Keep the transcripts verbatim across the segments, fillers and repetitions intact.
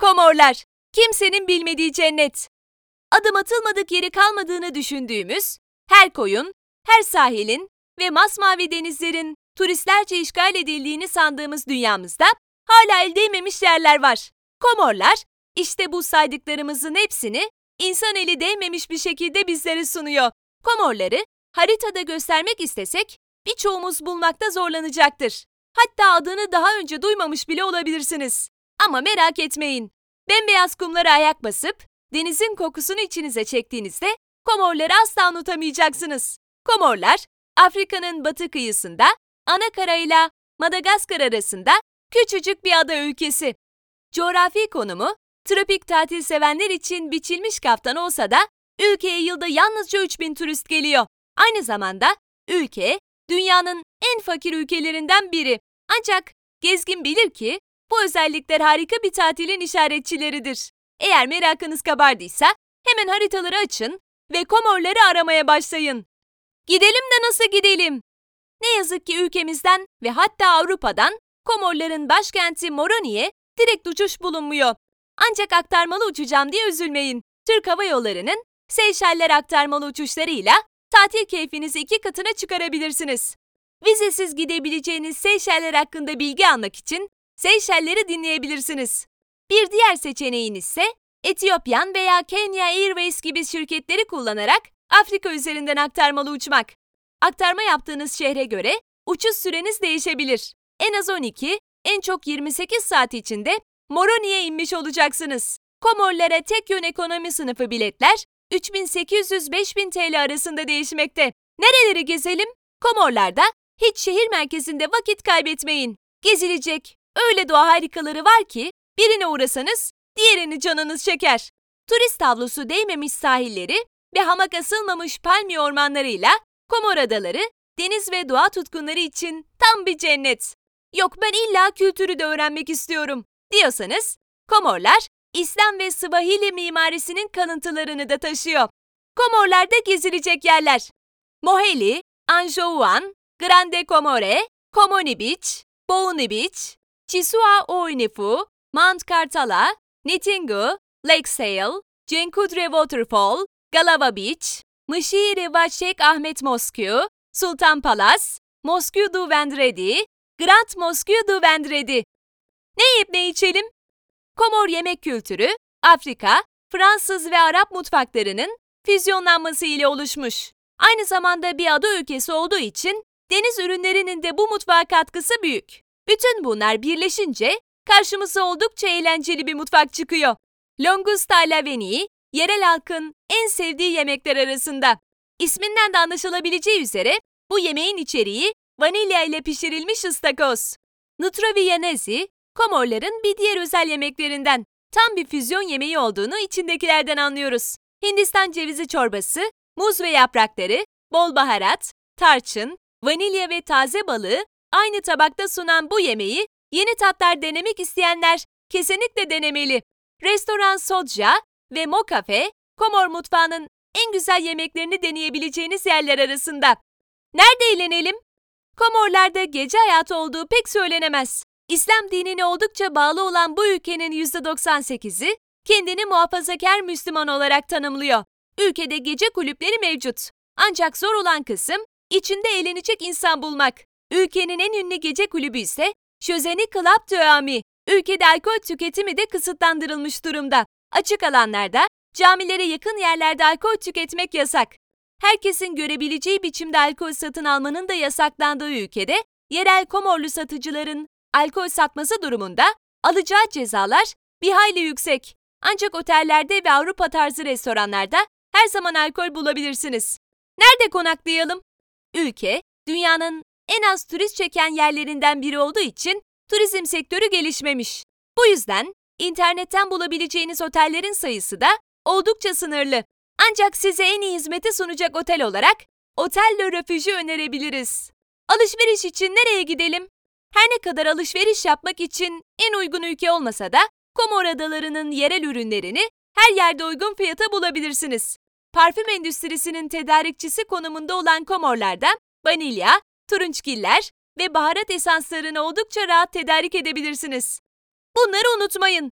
Komorlar, kimsenin bilmediği cennet. Adım atılmadık yeri kalmadığını düşündüğümüz, her koyun, her sahilin ve masmavi denizlerin turistlerce işgal edildiğini sandığımız dünyamızda hala el değmemiş yerler var. Komorlar, işte bu saydıklarımızın hepsini insan eli değmemiş bir şekilde bizlere sunuyor. Komorları haritada göstermek istesek birçoğumuz bulmakta zorlanacaktır. Hatta adını daha önce duymamış bile olabilirsiniz. Ama merak etmeyin. Bembeyaz kumlara ayak basıp denizin kokusunu içinize çektiğinizde Komorları asla unutamayacaksınız. Komorlar, Afrika'nın batı kıyısında, Anakara ile Madagaskar arasında küçücük bir ada ülkesi. Coğrafi konumu, tropik tatil sevenler için biçilmiş kaftan olsa da ülkeye yılda yalnızca üç bin turist geliyor. Aynı zamanda ülke, dünyanın en fakir ülkelerinden biri. Ancak gezgin bilir ki bu özellikler harika bir tatilin işaretçileridir. Eğer merakınız kabardıysa hemen haritaları açın ve Komorları aramaya başlayın. Gidelim de nasıl gidelim? Ne yazık ki ülkemizden ve hatta Avrupa'dan Komorların başkenti Moroni'ye direkt uçuş bulunmuyor. Ancak aktarmalı uçacağım diye üzülmeyin. Türk Hava Yolları'nın Seyşeller aktarmalı uçuşlarıyla tatil keyfinizi iki katına çıkarabilirsiniz. Vizesiz gidebileceğiniz Seyşeller hakkında bilgi almak için Seyşeller'i dinleyebilirsiniz. Bir diğer seçeneğiniz ise Ethiopian veya Kenya Airways gibi şirketleri kullanarak Afrika üzerinden aktarmalı uçmak. Aktarma yaptığınız şehre göre uçuş süreniz değişebilir. En az on iki, en çok yirmi sekiz saat içinde Moroni'ye inmiş olacaksınız. Komorlara tek yön ekonomi sınıfı biletler üç bin sekiz yüz beş bin T L arasında değişmekte. Nereleri gezelim? Komorlarda hiç şehir merkezinde vakit kaybetmeyin. Gezilecek öyle doğa harikaları var ki birine uğrasanız diğerini canınız çeker. Turist tablosu değmemiş sahilleri ve hamak asılmamış palmiye ormanlarıyla Komor Adaları deniz ve doğa tutkunları için tam bir cennet. Yok ben illa kültürü de öğrenmek istiyorum diyorsanız Komorlar İslam ve Swahili mimarisinin kalıntılarını da taşıyor. Komorlarda gezilecek yerler: Moheli, Anjouan, Grande Comore, Komoni Beach, Bouni Beach, Chisua Oinifu, Mount Kartala, Nitingu, Lake Sale, Cenkudre Waterfall, Galava Beach, Mışiri Sheikh Ahmet Mosque, Sultan Palace, Mosque du Vendredi, Grand Mosque du Vendredi. Ne yiyip ne içelim? Komor yemek kültürü, Afrika, Fransız ve Arap mutfaklarının füzyonlanması ile oluşmuş. Aynı zamanda bir ada ülkesi olduğu için deniz ürünlerinin de bu mutfağa katkısı büyük. Bütün bunlar birleşince karşımıza oldukça eğlenceli bir mutfak çıkıyor. Longusta alla Veni, yerel halkın en sevdiği yemekler arasında. İsminden de anlaşılabileceği üzere bu yemeğin içeriği vanilya ile pişirilmiş ıstakoz. Nutra Viennesi, Komorların bir diğer özel yemeklerinden. Tam bir füzyon yemeği olduğunu içindekilerden anlıyoruz. Hindistan cevizi çorbası, muz ve yaprakları, bol baharat, tarçın, vanilya ve taze balığı aynı tabakta sunan bu yemeği yeni tatlar denemek isteyenler kesinlikle denemeli. Restoran Sodja ve Mo Cafe, Komor mutfağının en güzel yemeklerini deneyebileceğiniz yerler arasında. Nerede eğlenelim? Komorlarda gece hayatı olduğu pek söylenemez. İslam dinine oldukça bağlı olan bu ülkenin yüzde doksan sekizi kendini muhafazakar Müslüman olarak tanımlıyor. Ülkede gece kulüpleri mevcut. Ancak zor olan kısım içinde eğlenecek insan bulmak. Ülkenin en ünlü gece kulübü ise Şözeni Club de Ami. Ülkede alkol tüketimi de kısıtlandırılmış durumda. Açık alanlarda, camilere yakın yerlerde alkol tüketmek yasak. Herkesin görebileceği biçimde alkol satın almanın da yasaklandığı ülkede, yerel Komorlu satıcıların alkol satması durumunda alacağı cezalar bir hayli yüksek. Ancak otellerde ve Avrupa tarzı restoranlarda her zaman alkol bulabilirsiniz. Nerede konaklayalım? Ülke, dünyanın en az turist çeken yerlerinden biri olduğu için turizm sektörü gelişmemiş. Bu yüzden internetten bulabileceğiniz otellerin sayısı da oldukça sınırlı. Ancak size en iyi hizmeti sunacak otel olarak Otel Le Refuge'ü önerebiliriz. Alışveriş için nereye gidelim? Her ne kadar alışveriş yapmak için en uygun ülke olmasa da Komor Adaları'nın yerel ürünlerini her yerde uygun fiyata bulabilirsiniz. Parfüm endüstrisinin tedarikçisi konumunda olan Komorlar'da vanilya, turunçgiller ve baharat esanslarını oldukça rahat tedarik edebilirsiniz. Bunları unutmayın.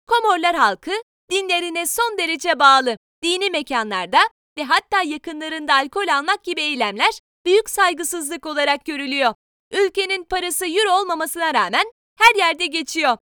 Komorlar halkı dinlerine son derece bağlı. Dini mekanlarda ve hatta yakınlarında alkol almak gibi eylemler büyük saygısızlık olarak görülüyor. Ülkenin parası euro olmamasına rağmen her yerde geçiyor.